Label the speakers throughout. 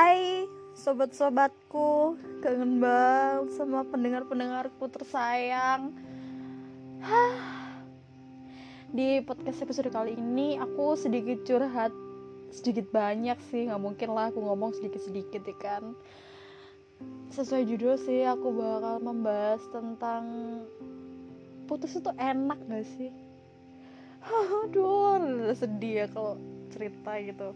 Speaker 1: Hai sobat-sobatku, kangen banget sama pendengar-pendengarku tersayang. Di podcast episode kali ini aku sedikit curhat, sedikit banyak sih, gak mungkin lah aku ngomong sedikit-sedikit ya kan. Sesuai judul sih, aku bakal membahas tentang putus itu enak gak sih? Aduh, sedih ya kalau cerita gitu.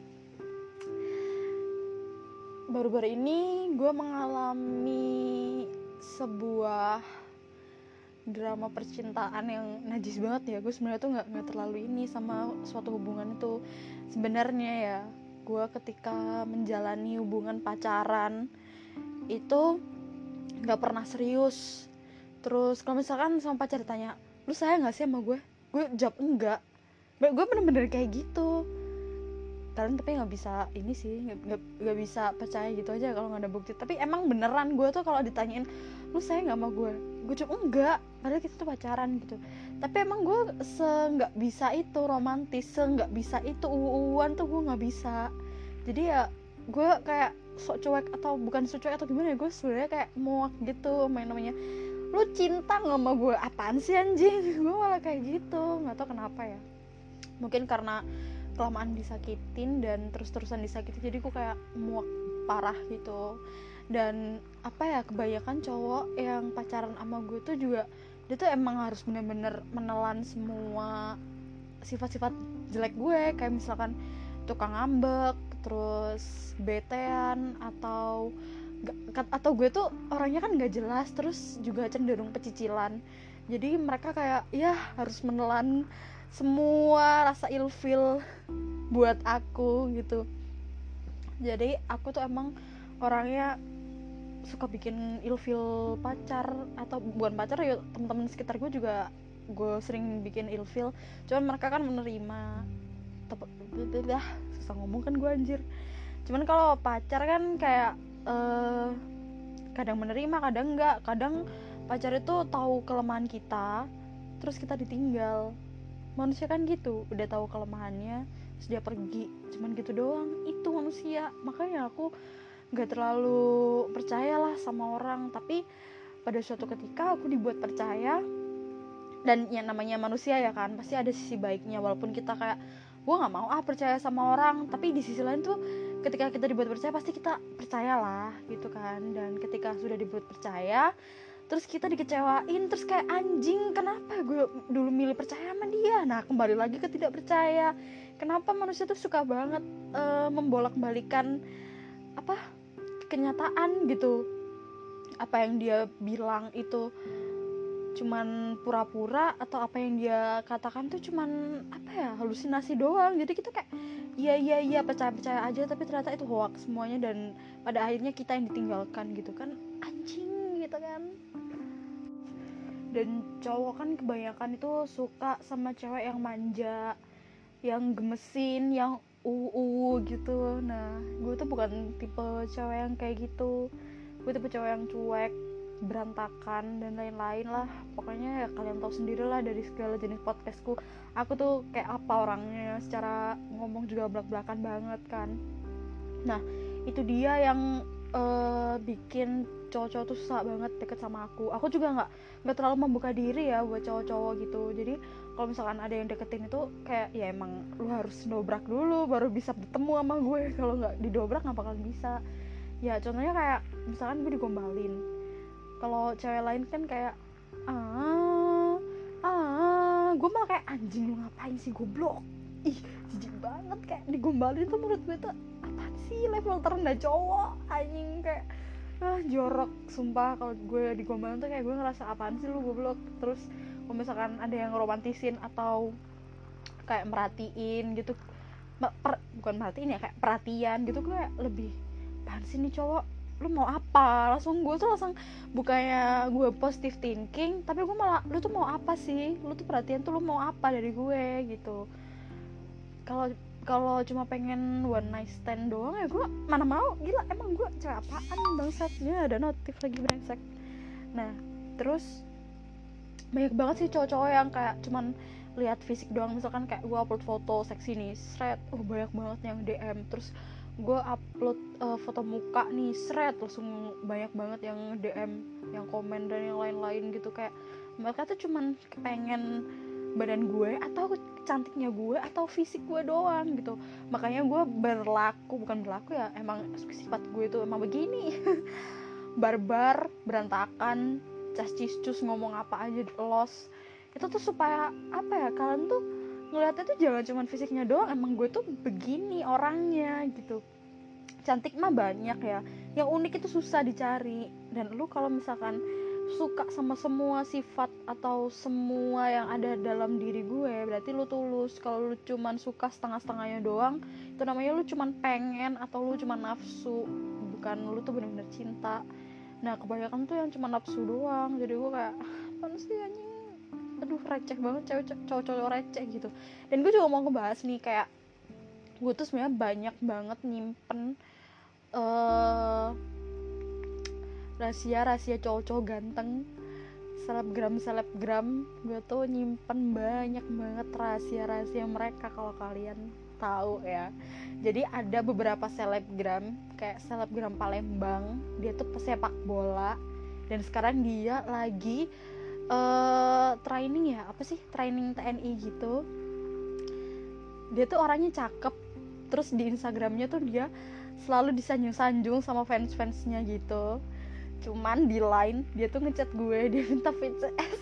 Speaker 1: Baru-baru ini gue mengalami sebuah drama percintaan yang najis banget ya. Gue sebenarnya tuh nggak terlalu ini sama suatu hubungan itu. Sebenarnya ya, gue ketika menjalani hubungan pacaran itu nggak pernah serius. Terus kalau misalkan sama pacar ditanya, lu sayang nggak sih sama gue jawab enggak. Gue bener-bener kayak gitu. Kalian tapi nggak bisa ini sih, nggak bisa percaya gitu aja kalau nggak ada bukti. Tapi emang beneran gue tuh kalau ditanyain lu sayang nggak sama gue cuma enggak, padahal kita tuh pacaran gitu. Tapi emang gue nggak bisa itu romantis, nggak bisa itu uwan tuh gue nggak bisa. Jadi ya gue kayak sok cuek, atau bukan sok cuek atau gimana ya, gue sebenarnya kayak muak gitu main namanya lu cinta nggak sama gue, apaan sih anjing. Gue malah kayak gitu, nggak tahu kenapa ya. Mungkin karena kelamaan disakitin dan terus-terusan disakiti, jadi gue kayak muak parah gitu. Dan apa ya, kebanyakan cowok yang pacaran sama gue tuh juga dia tuh emang harus bener-bener menelan semua sifat-sifat jelek gue, kayak misalkan tukang ngambek, terus betean, atau gue tuh orangnya kan gak jelas, terus juga cenderung pecicilan. Jadi mereka kayak ya harus menelan semua rasa ilfil buat aku gitu. Jadi aku tuh emang orangnya suka bikin ilfil pacar, atau bukan pacar ya, teman-teman sekitar gue juga gue sering bikin ilfil. Cuman mereka kan menerima. Susah ngomong kan gue anjir. Cuman kalau pacar kan kayak kadang menerima, kadang enggak. Kadang pacar itu tahu kelemahan kita, terus kita ditinggal. Manusia kan gitu, udah tahu kelemahannya terus dia pergi, cuman gitu doang. Itu manusia. Makanya aku gak terlalu percayalah sama orang. Tapi pada suatu ketika aku dibuat percaya, dan yang namanya manusia ya kan, pasti ada sisi baiknya. Walaupun kita kayak gue gak mau percaya sama orang, tapi di sisi lain tuh ketika kita dibuat percaya pasti kita percayalah gitu kan. Dan ketika sudah dibuat percaya terus kita dikecewain, terus kayak anjing, kenapa gue dulu milih percaya sama dia. Nah, kembali lagi ke tidak percaya. Kenapa manusia tuh suka banget membolak-balikan kenyataan gitu. Apa yang dia bilang itu cuman pura-pura, atau apa yang dia katakan tuh cuman halusinasi doang. Jadi kita kayak iya percaya aja, tapi ternyata itu hoax semuanya, dan pada akhirnya kita yang ditinggalkan gitu kan. Anjing gitu kan. Dan cowok kan kebanyakan itu suka sama cewek yang manja, yang gemesin, yang gitu. Nah, gue tuh bukan tipe cewek yang kayak gitu. Gue tipe cewek yang cuek, berantakan, dan lain-lain lah. Pokoknya ya kalian tahu sendiri lah dari segala jenis podcastku, aku tuh kayak apa orangnya. Secara ngomong juga belak-belakan banget kan. Nah, itu dia yang bikin cowok-cowok tuh susah banget deket sama aku. Aku juga nggak terlalu membuka diri ya buat cowok-cowok gitu. Jadi kalau misalkan ada yang deketin itu kayak ya emang lu harus dobrak dulu baru bisa bertemu sama gue. Kalau nggak didobrak nggak bakalan bisa. Ya contohnya kayak misalkan gue digombalin. Kalau cewek lain kan kayak gue malah kayak anjing, lu ngapain sih goblok. Ih, jijik banget, kayak digombalin tuh menurut gue tuh apaan sih, level terendah cowok anjing. Kayak jorok sumpah. Kalau gue digombalin tuh kayak gue ngerasa apaan sih lu goblok. Terus kalau misalkan ada yang romantisin atau kayak merhatiin gitu, bukan merhatiin ya, kayak perhatian gitu, gue kayak lebih apaan sih nih cowok, lu mau apa. Gue tuh langsung bukannya gue positive thinking, tapi gue malah lu tuh mau apa sih, lu tuh perhatian tuh lu mau apa dari gue gitu. Kalau cuma pengen one night stand doang ya gue mana mau. Gila, emang gue cewek apaan bangsatnya, ada notif lagi brengsek. Nah, terus banyak banget sih cowok-cowok yang kayak cuman lihat fisik doang. Misalkan kayak gue upload foto seksi nih, banyak banget yang DM. Terus gue upload foto muka nih, langsung banyak banget yang DM, yang komen dan yang lain-lain gitu. Kayak mereka tuh cuman pengen badan gue atau cantiknya gue atau fisik gue doang gitu. Makanya gue bukan berlaku ya, emang sifat gue tuh emang begini. Barbar, berantakan, cus ngomong apa aja los. Itu tuh supaya apa ya, kalian tuh ngeliatnya tuh jangan cuma fisiknya doang, emang gue tuh begini orangnya gitu. Cantik mah banyak ya, yang unik itu susah dicari. Dan lu kalau misalkan suka sama semua sifat atau semua yang ada dalam diri gue, berarti lu tulus. Kalau lu cuman suka setengah-setengahnya doang, itu namanya lu cuman pengen atau lu cuman nafsu, bukan lu tuh bener-bener cinta. Nah kebanyakan tuh yang cuma nafsu doang. Jadi gue kayak apaan sih anjing, aduh receh banget cowok-cowok receh gitu. Dan gue juga mau ngebahas nih, kayak gue tuh sebenarnya banyak banget nyimpen rahasia cowok-cowok ganteng, selebgram. Gue tuh nyimpen banyak banget rahasia mereka, kalau kalian tahu ya. Jadi ada beberapa selebgram, kayak selebgram Palembang, dia tuh pesepak bola dan sekarang dia lagi training TNI gitu. Dia tuh orangnya cakep, terus di Instagramnya tuh dia selalu disanjung-sanjung sama fans-fansnya gitu. Cuman di line dia tuh ngechat gue, dia minta VCS.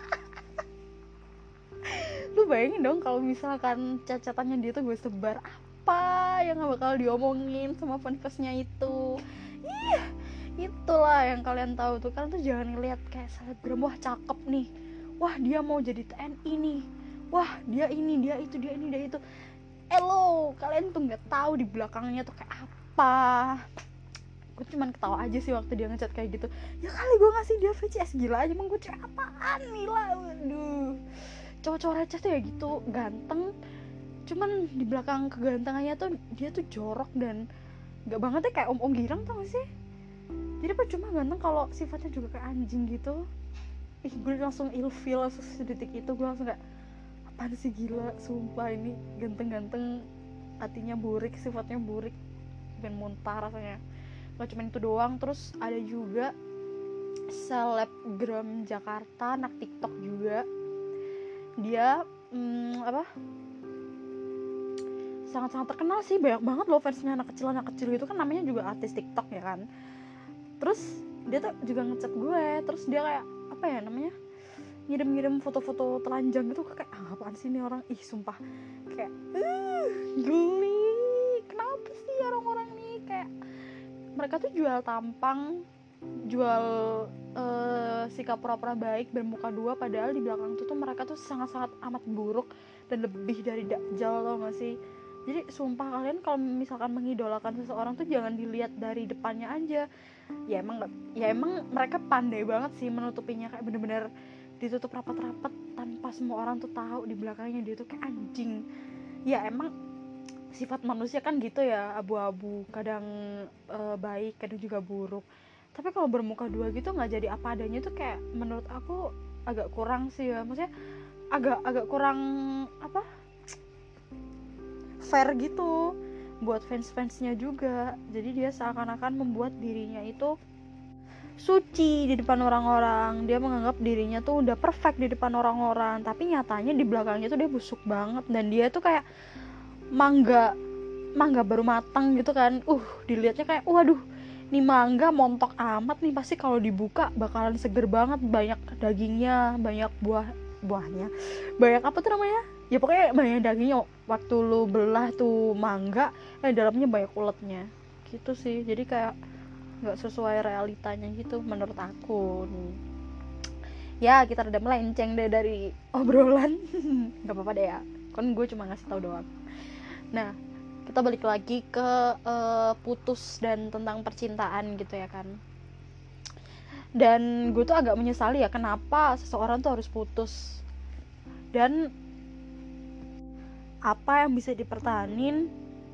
Speaker 1: Lu bayangin dong kalau misalkan chat-chatannya dia tuh gue sebar, apa yang gak bakal diomongin sama fans-fansnya itu. Itulah yang kalian tahu tuh. Kalian tuh jangan ngeliat kayak selebgram, wah cakep nih, wah dia mau jadi TNI nih, wah dia ini, dia itu, dia ini, dia itu. Kalian tuh nggak tahu di belakangnya tuh kayak apa. Gue cuman ketawa aja sih waktu dia ngechat kayak gitu. Ya kali gue ngasih dia VCS, gila aja, emang gue cewek apaan nih lah. Waduh, cowok-cowok receh tuh ya gitu, ganteng, cuman di belakang kegantengannya tuh dia tuh jorok dan gak banget ya, kayak om-om girang tau gak sih. Jadi percuma ganteng kalau sifatnya juga kayak anjing gitu. Gue langsung ilfeel langsung sedetik itu. Gue langsung kayak apaan sih, gila sumpah, ini ganteng-ganteng hatinya burik, sifatnya burik, pengen muntah rasanya. Gak cuma itu doang, terus ada juga selebgram Jakarta, anak TikTok juga. Dia sangat-sangat terkenal sih, banyak banget loh fansnya, anak kecil gitu kan, namanya juga artis TikTok ya kan. Terus dia tuh juga ngechat gue, terus dia kayak apa ya namanya, ngirim foto-foto telanjang gitu. Kayak apaan sih ini orang, sumpah kayak geli. Kenapa sih orang-orang nih, kayak mereka tuh jual tampang, jual sikap pura-pura baik bermuka dua, padahal di belakang tuh mereka tuh sangat-sangat amat buruk dan lebih dari dajjal, tau gak sih. Jadi sumpah kalian kalau misalkan mengidolakan seseorang tuh jangan dilihat dari depannya aja. Ya emang mereka pandai banget sih menutupinya, kayak bener-bener ditutup rapat-rapat tanpa semua orang tuh tahu di belakangnya dia tuh kayak anjing. Ya emang sifat manusia kan gitu ya, abu-abu, kadang baik, kadang juga buruk. Tapi kalau bermuka dua gitu nggak jadi apa adanya tuh kayak menurut aku agak kurang sih ya. Maksudnya agak kurang fair gitu buat fans-fansnya juga. Jadi dia seakan-akan membuat dirinya itu suci di depan orang-orang. Dia menganggap dirinya tuh udah perfect di depan orang-orang, tapi nyatanya di belakangnya tuh dia busuk banget. Dan dia tuh kayak mangga baru matang gitu kan. Dilihatnya kayak waduh, nih mangga montok amat nih, pasti kalau dibuka bakalan seger banget, banyak dagingnya, banyak buahnya, banyak apa tuh namanya ya, pokoknya banyak dagingnya. Waktu lu belah tuh mangga, dalamnya banyak uletnya gitu sih. Jadi kayak nggak sesuai realitanya gitu menurut aku nih. Ya kita rada melenceng deh dari obrolan. Nggak apa-apa deh ya, kan gue cuma ngasih tahu doang. Nah kita balik lagi ke putus dan tentang percintaan gitu ya kan. Dan gue tuh agak menyesali ya kenapa seseorang tuh harus putus, dan apa yang bisa dipertahanin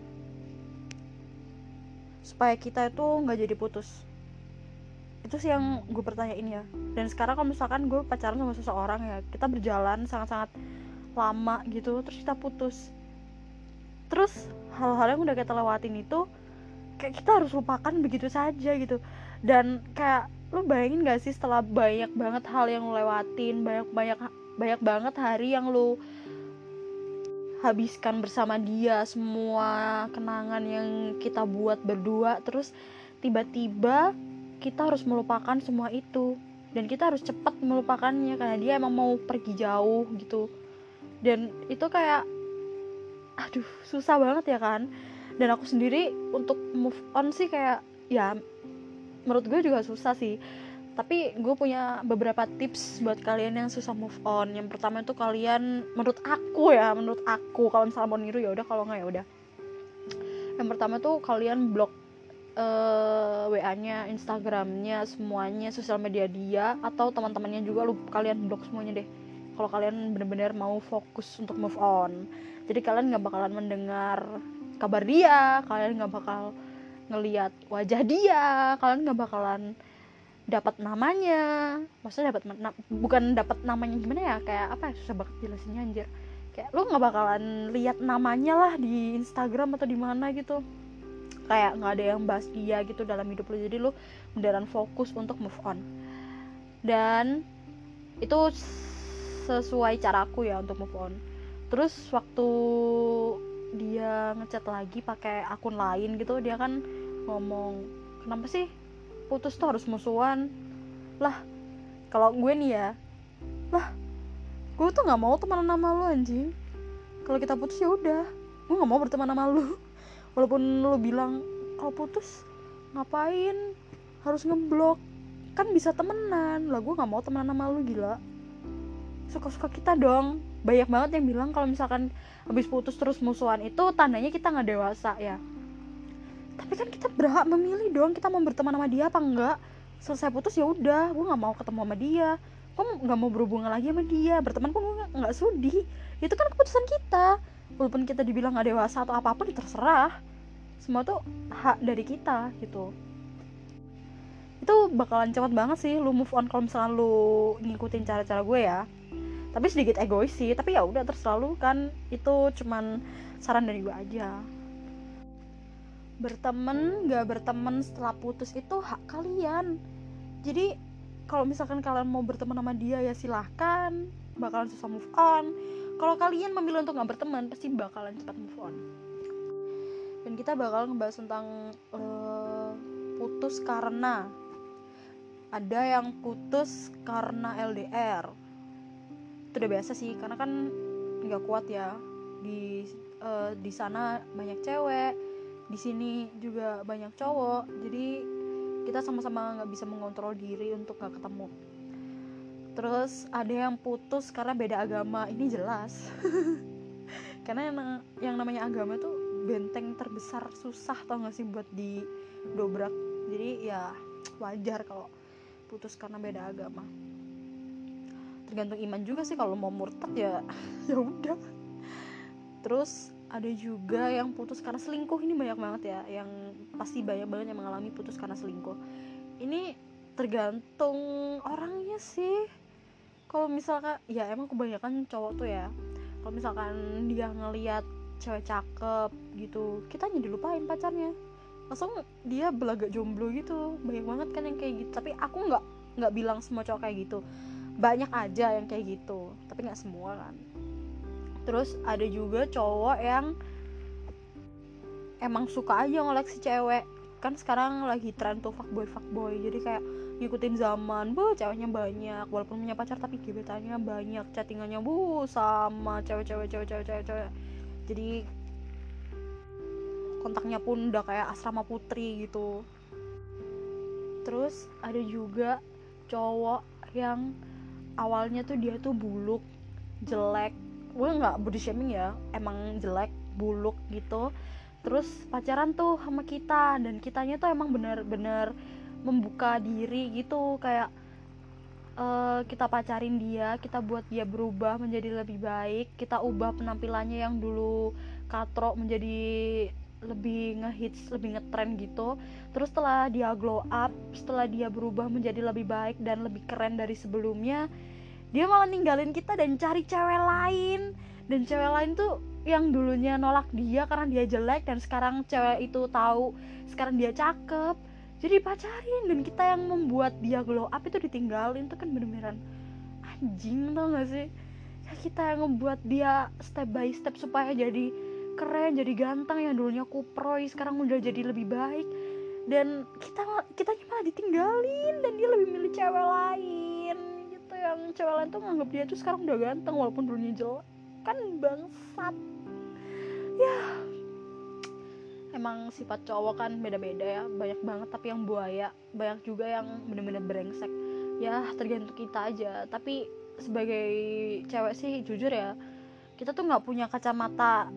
Speaker 1: supaya kita itu nggak jadi putus. Itu sih yang gue pertanyain ya. Dan sekarang kalau misalkan gue pacaran sama seseorang ya, kita berjalan sangat-sangat lama gitu, terus kita putus. Terus hal-hal yang udah kita lewatin itu kayak kita harus lupakan begitu saja gitu. Dan kayak lu bayangin gak sih, setelah banyak banget hal yang lu lewatin, banyak banget hari yang lu habiskan bersama dia, semua kenangan yang kita buat berdua, terus tiba-tiba kita harus melupakan semua itu, dan kita harus cepat melupakannya karena dia emang mau pergi jauh gitu. Dan itu kayak aduh susah banget ya kan. Dan aku sendiri untuk move on sih kayak ya menurut gue juga susah sih, tapi gue punya beberapa tips buat kalian yang susah move on. Yang pertama itu kalian, menurut aku kalau misalnya mau niru ya udah, kalau nggak ya udah. Yang pertama tuh kalian blok WA-nya, Instagram-nya, semuanya, sosial media dia atau teman-temannya juga kalian blok semuanya deh. Kalau kalian benar-benar mau fokus untuk move on. Jadi kalian nggak bakalan mendengar kabar dia, kalian nggak bakal ngelihat wajah dia, kalian nggak bakalan dapat namanya. Maksudnya bukan dapat namanya gimana ya, kayak apa ya, susah banget jelasinnya anjir. Kayak lu nggak bakalan lihat namanya lah di Instagram atau di mana gitu, kayak nggak ada yang bahas dia gitu dalam hidup lu. Jadi lu beneran fokus untuk move on. Dan itu sesuai caraku ya untuk move on. Terus waktu dia ngechat lagi pakai akun lain gitu, dia kan ngomong, kenapa sih putus tuh harus musuhan? Lah kalau gue nih ya, lah gue tuh nggak mau temenan sama lu anjing. Kalau kita putus ya udah, gue nggak mau berteman sama lu. Walaupun lu bilang kalau putus ngapain harus ngeblok, kan bisa temenan. Lah gue nggak mau temenan sama lu, gila. Suka-suka kita dong. Banyak banget yang bilang kalau misalkan habis putus terus musuhan itu tandanya kita nggak dewasa ya. Tapi kan kita berhak memilih dong, kita mau berteman sama dia apa enggak. Selesai putus ya udah, gue nggak mau ketemu sama dia, gue nggak mau berhubungan lagi sama dia, berteman pun gue nggak sudi. Itu kan keputusan kita. Walaupun kita dibilang nggak dewasa atau apapun, terserah. Semua tuh hak dari kita gitu. Itu bakalan cepat banget sih lu move on kalau misalnya lu ngikutin cara-cara gue ya. Tapi sedikit egois sih, tapi ya udah terserah lu kan, itu cuman saran dari gue aja. Berteman gak berteman setelah putus itu hak kalian. Jadi kalau misalkan kalian mau berteman sama dia ya silahkan, bakalan susah move on. Kalau kalian memilih untuk gak berteman, pasti bakalan cepat move on. Dan kita bakal ngebahas tentang putus karena, ada yang putus karena LDR. Itu udah biasa sih, karena kan nggak kuat ya, di sana banyak cewek, di sini juga banyak cowok, jadi kita sama-sama nggak bisa mengontrol diri untuk nggak ketemu. Terus ada yang putus karena beda agama. Ini jelas karena yang namanya agama tuh benteng terbesar, susah tau nggak sih buat didobrak. Jadi ya wajar kalau putus karena beda agama. Tergantung iman juga sih, kalau mau murtad ya ya udah. Terus ada juga yang putus karena selingkuh. Ini banyak banget ya, yang pasti banyak banget yang mengalami putus karena selingkuh. Ini tergantung orangnya sih. Kalau misalkan ya emang kebanyakan cowok tuh ya, kalau misalkan dia ngelihat cewek cakep gitu, kitanya dilupain pacarnya, langsung dia belaga jomblo gitu. Banyak banget kan yang kayak gitu. Tapi aku nggak bilang semua cowok kayak gitu, banyak aja yang kayak gitu, tapi nggak semua kan. Terus ada juga cowok yang emang suka aja ngoleksi cewek. Kan sekarang lagi tren tuh fuckboy, jadi kayak ngikutin zaman. Ceweknya banyak, walaupun punya pacar tapi gebetannya banyak, chattingannya sama cewek. Jadi kontaknya pun udah kayak asrama putri gitu. Terus ada juga cowok yang awalnya tuh dia tuh buluk, jelek. Gue nggak body shaming ya, emang jelek, buluk gitu. Terus pacaran tuh sama kita, dan kitanya tuh emang bener-bener membuka diri gitu, kayak kita pacarin dia, kita buat dia berubah menjadi lebih baik, kita ubah penampilannya yang dulu katrok menjadi lebih ngehits, lebih ngetrend gitu. Terus setelah dia glow up, setelah dia berubah menjadi lebih baik dan lebih keren dari sebelumnya, dia malah ninggalin kita dan cari cewek lain. Dan cewek lain tuh yang dulunya nolak dia karena dia jelek, dan sekarang cewek itu tahu sekarang dia cakep, jadi pacarin, dan kita yang membuat dia glow up itu ditinggalin. Itu kan bener-beneran anjing, tau gak sih? Ya, kita yang membuat dia step by step supaya jadi keren, jadi ganteng, yang dulunya kuproy sekarang udah jadi lebih baik, dan kita malah ditinggalin, dan dia lebih milih cewek lain gitu, yang cewek lain tuh nganggap dia tuh sekarang udah ganteng walaupun dulunya jelek. Kan bangsat ya. Emang sifat cowok kan beda-beda ya, banyak banget, tapi yang buaya banyak juga yang bener-bener brengsek ya, tergantung kita aja. Tapi sebagai cewek sih jujur ya, kita tuh nggak punya kacamata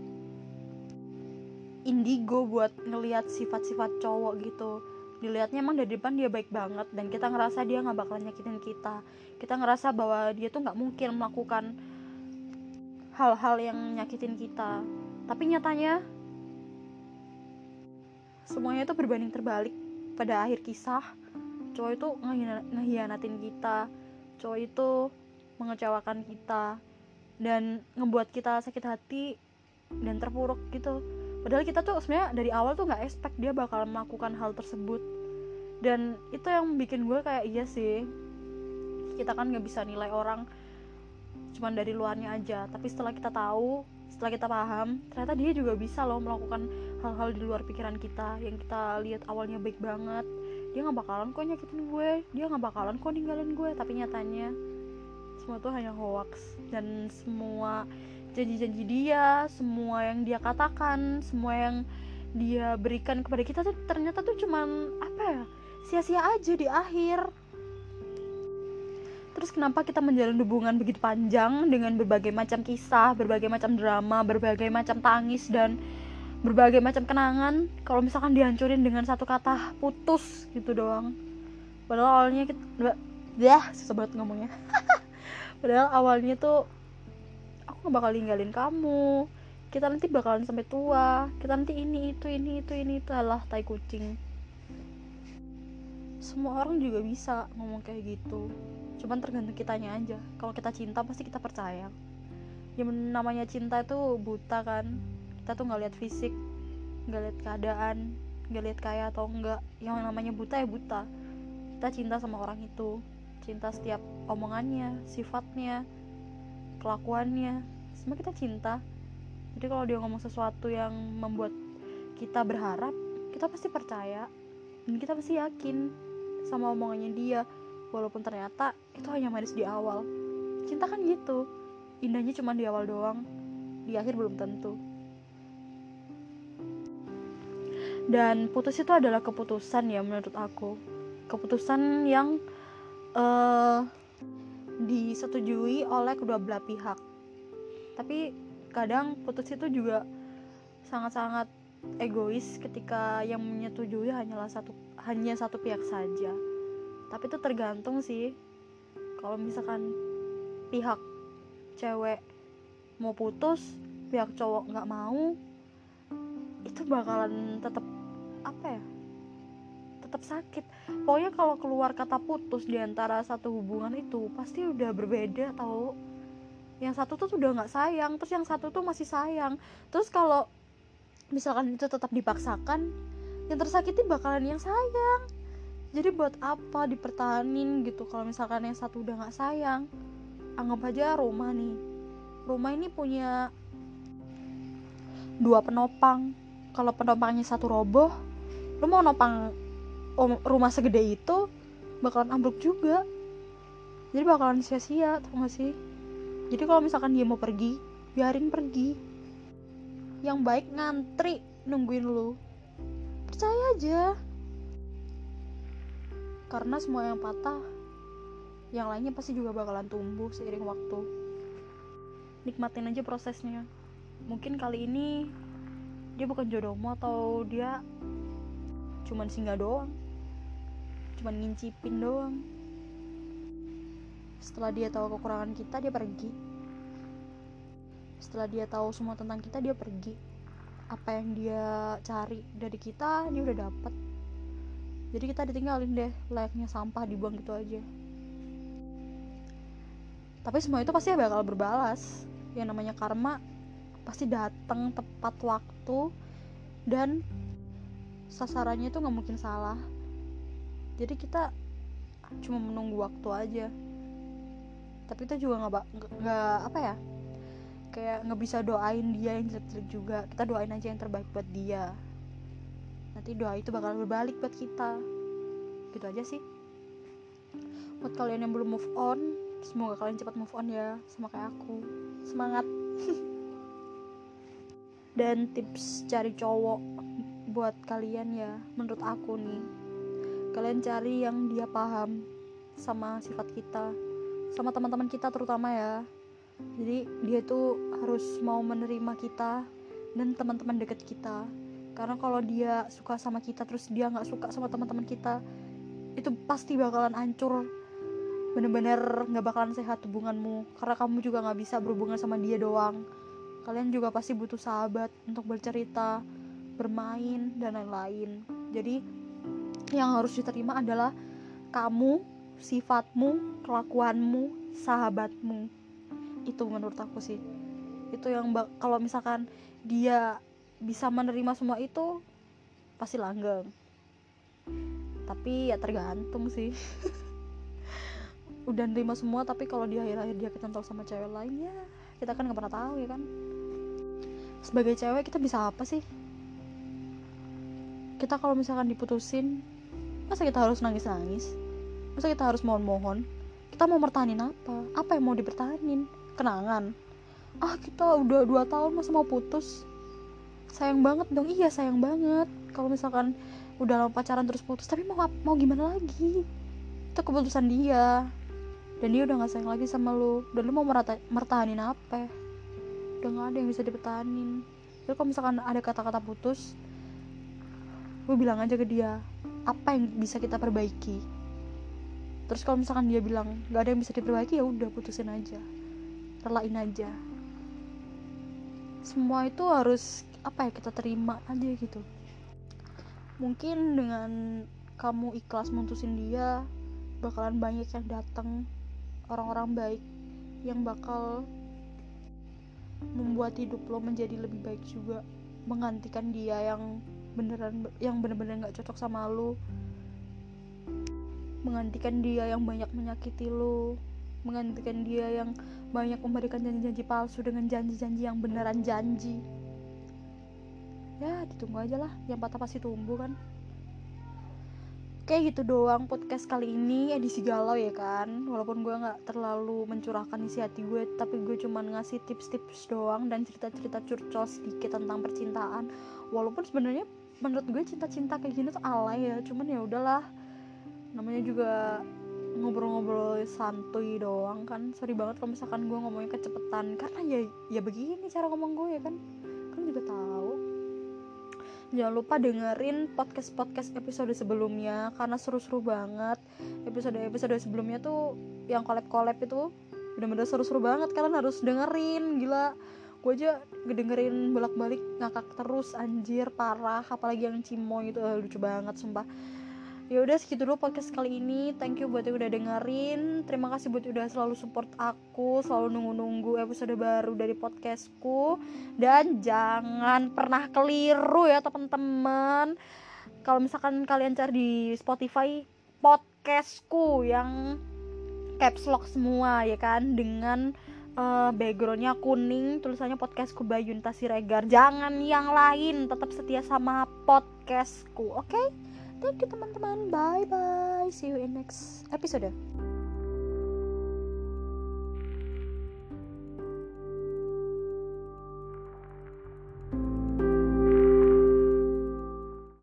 Speaker 1: indigo buat ngelihat sifat-sifat cowok gitu. Dilihatnya emang dari depan dia baik banget, dan kita ngerasa dia nggak bakalan nyakitin kita ngerasa bahwa dia tuh nggak mungkin melakukan hal-hal yang nyakitin kita. Tapi nyatanya semuanya itu berbanding terbalik. Pada akhir kisah, cowok itu ngehianatin kita, cowok itu mengecewakan kita, dan ngebuat kita sakit hati dan terpuruk gitu. Padahal kita tuh sebenarnya dari awal tuh nggak expect dia bakalan melakukan hal tersebut. Dan itu yang bikin gue kayak, iya sih, kita kan nggak bisa nilai orang cuman dari luarnya aja. Tapi setelah kita tahu, setelah kita paham, ternyata dia juga bisa loh melakukan hal-hal di luar pikiran kita, yang kita lihat awalnya baik banget. Dia nggak bakalan kok nyakitin gue, dia nggak bakalan kok ninggalin gue, tapi nyatanya semua tuh hanya hoax. Dan semua janji-janji dia, semua yang dia katakan, semua yang dia berikan kepada kita tuh ternyata tuh cuman apa ya, sia-sia aja di akhir. Terus kenapa kita menjalin hubungan begitu panjang dengan berbagai macam kisah, berbagai macam drama, berbagai macam tangis, dan berbagai macam kenangan, kalau misalkan dihancurin dengan satu kata putus gitu doang. Padahal awalnya kita susah banget ngomongnya. Padahal awalnya tuh aku gak bakal ninggalin kamu, kita nanti bakalan sampai tua, kita nanti ini itu alah tai kucing. Semua orang juga bisa ngomong kayak gitu, cuman tergantung kitanya aja. Kalau kita cinta pasti kita percaya. Yang namanya cinta itu buta kan, kita tuh nggak lihat fisik, nggak lihat keadaan, nggak lihat kaya atau enggak. Yang namanya buta ya buta. Kita cinta sama orang itu, cinta setiap omongannya, sifatnya, kelakuannya, semua kita cinta. Jadi kalau dia ngomong sesuatu yang membuat kita berharap, kita pasti percaya, dan kita pasti yakin sama omongannya dia, walaupun ternyata itu hanya manis di awal. Cinta kan gitu, indahnya cuma di awal doang, di akhir belum tentu. Dan putus itu adalah keputusan ya menurut aku, keputusan yang disetujui oleh kedua belah pihak. Tapi kadang putus itu juga sangat-sangat egois ketika yang menyetujui hanya satu pihak saja. Tapi itu tergantung sih. Kalau misalkan pihak cewek mau putus, pihak cowok nggak mau, itu bakalan tetap tetap sakit. Pokoknya kalau keluar kata putus di antara satu hubungan itu pasti udah berbeda tau. Yang satu tuh udah nggak sayang, terus yang satu tuh masih sayang. Terus kalau misalkan itu tetap dipaksakan, yang tersakiti bakalan yang sayang. Jadi buat apa dipertahanin gitu kalau misalkan yang satu udah nggak sayang. Anggap aja rumah nih, rumah ini punya 2 penopang. Kalau penopangnya satu roboh, lu mau nopang rumah segede itu bakalan ambruk juga. Jadi bakalan sia-sia, tau gak sih? Jadi kalau misalkan dia mau pergi, biarin pergi. Yang baik ngantri nungguin lu, percaya aja. Karena semua yang patah, yang lainnya pasti juga bakalan tumbuh seiring waktu. Nikmatin aja prosesnya. Mungkin kali ini dia bukan jodohmu, atau dia cuman singgah doang, cuman ngincipin doang. Setelah dia tahu kekurangan kita, dia pergi. Setelah dia tahu semua tentang kita, dia pergi. Apa yang dia cari dari kita, dia udah dapet. Jadi kita ditinggalin deh, layaknya sampah, dibuang gitu aja. Tapi semua itu pasti bakal berbalas. Yang namanya karma pasti datang tepat waktu dan sasarannya itu nggak mungkin salah. Jadi kita cuma menunggu waktu aja, tapi kita juga nggak apa ya, kayak nggak bisa doain dia yang jelek-jelek juga. Kita doain aja yang terbaik buat dia, nanti doa itu bakal berbalik buat kita. Gitu aja sih. Buat kalian yang belum move on, semoga kalian cepat move on ya, sama kayak aku. Semangat. Dan tips cari cowok buat kalian ya, menurut aku nih, kalian cari yang dia paham sama sifat kita, sama teman-teman kita terutama ya. Jadi dia tuh harus mau menerima kita dan teman-teman deket kita. Karena kalau dia suka sama kita terus dia nggak suka sama teman-teman kita, itu pasti bakalan hancur, bener-bener nggak bakalan sehat hubunganmu. Karena kamu juga nggak bisa berhubungan sama dia doang, kalian juga pasti butuh sahabat untuk bercerita, bermain, dan lain-lain. Jadi yang harus diterima adalah kamu, sifatmu, kelakuanmu, sahabatmu. Itu menurut aku sih. Itu yang kalau misalkan dia bisa menerima semua itu, pasti langgeng. Tapi ya tergantung sih. Udah nerima semua tapi kalau di akhir-akhir dia kecantol sama cewek lain, ya kita kan gak pernah tahu ya kan. Sebagai cewek kita bisa apa sih? Kita kalau misalkan diputusin, masa kita harus nangis-nangis? Masa kita harus mohon-mohon? Kita mau mertahanin apa? Apa yang mau dipertahanin? Kenangan? Kita udah 2 tahun masa mau putus? Sayang banget dong. Iya sayang banget kalau misalkan udah lama pacaran terus putus. Tapi mau gimana lagi? Itu keputusan dia, dan dia udah gak sayang lagi sama lu. Dan lu mau mertahanin apa? Udah gak ada yang bisa dipertahanin. Jadi kalau misalkan ada kata-kata putus, lu bilang aja ke dia apa yang bisa kita perbaiki. Terus kalau misalkan dia bilang gak ada yang bisa diperbaiki, ya udah putusin aja, relain aja. Semua itu harus kita terima aja gitu. Mungkin dengan kamu ikhlas mutusin dia, bakalan banyak yang datang, orang-orang baik yang bakal membuat hidup lo menjadi lebih baik juga, menggantikan dia yang bener-bener gak cocok sama lo, menggantikan dia yang banyak menyakiti lo, menggantikan dia yang banyak memberikan janji-janji palsu dengan janji-janji yang beneran janji. Ya ditunggu aja lah, yang patah pasti tumbuh kan. Kayak gitu doang podcast kali ini, edisi galau ya kan. Walaupun gue gak terlalu mencurahkan isi hati gue, tapi gue cuma ngasih tips-tips doang dan cerita-cerita curcol sedikit tentang percintaan. Walaupun sebenarnya menurut gue cinta-cinta kayak gini tuh alay ya, cuman ya udahlah, namanya juga ngobrol-ngobrol santuy doang kan. Sorry banget kalau misalkan gue ngomongnya kecepetan, karena ya begini cara ngomong gue ya kan. Kan juga tahu. Jangan lupa dengerin podcast episode sebelumnya, karena seru-seru banget. Episode sebelumnya tuh yang collab itu bener-bener seru-seru banget. Kalian harus dengerin, gila. Gue aja ngedengerin bolak-balik ngakak terus, anjir parah. Apalagi yang Cimoy itu lucu banget sumpah. Ya udah segitu dulu podcast kali ini. Thank you buat yang udah dengerin. Terima kasih buat udah selalu support aku, selalu nunggu-nunggu episode baru dari podcastku. Dan jangan pernah keliru ya teman-teman. Kalau misalkan kalian cari di Spotify podcastku yang caps lock semua ya kan, dengan backgroundnya kuning, tulisannya podcastku by Yunta Siregar. Jangan yang lain, tetap setia sama podcastku, oke? Thank you teman-teman, bye bye, see you in next episode.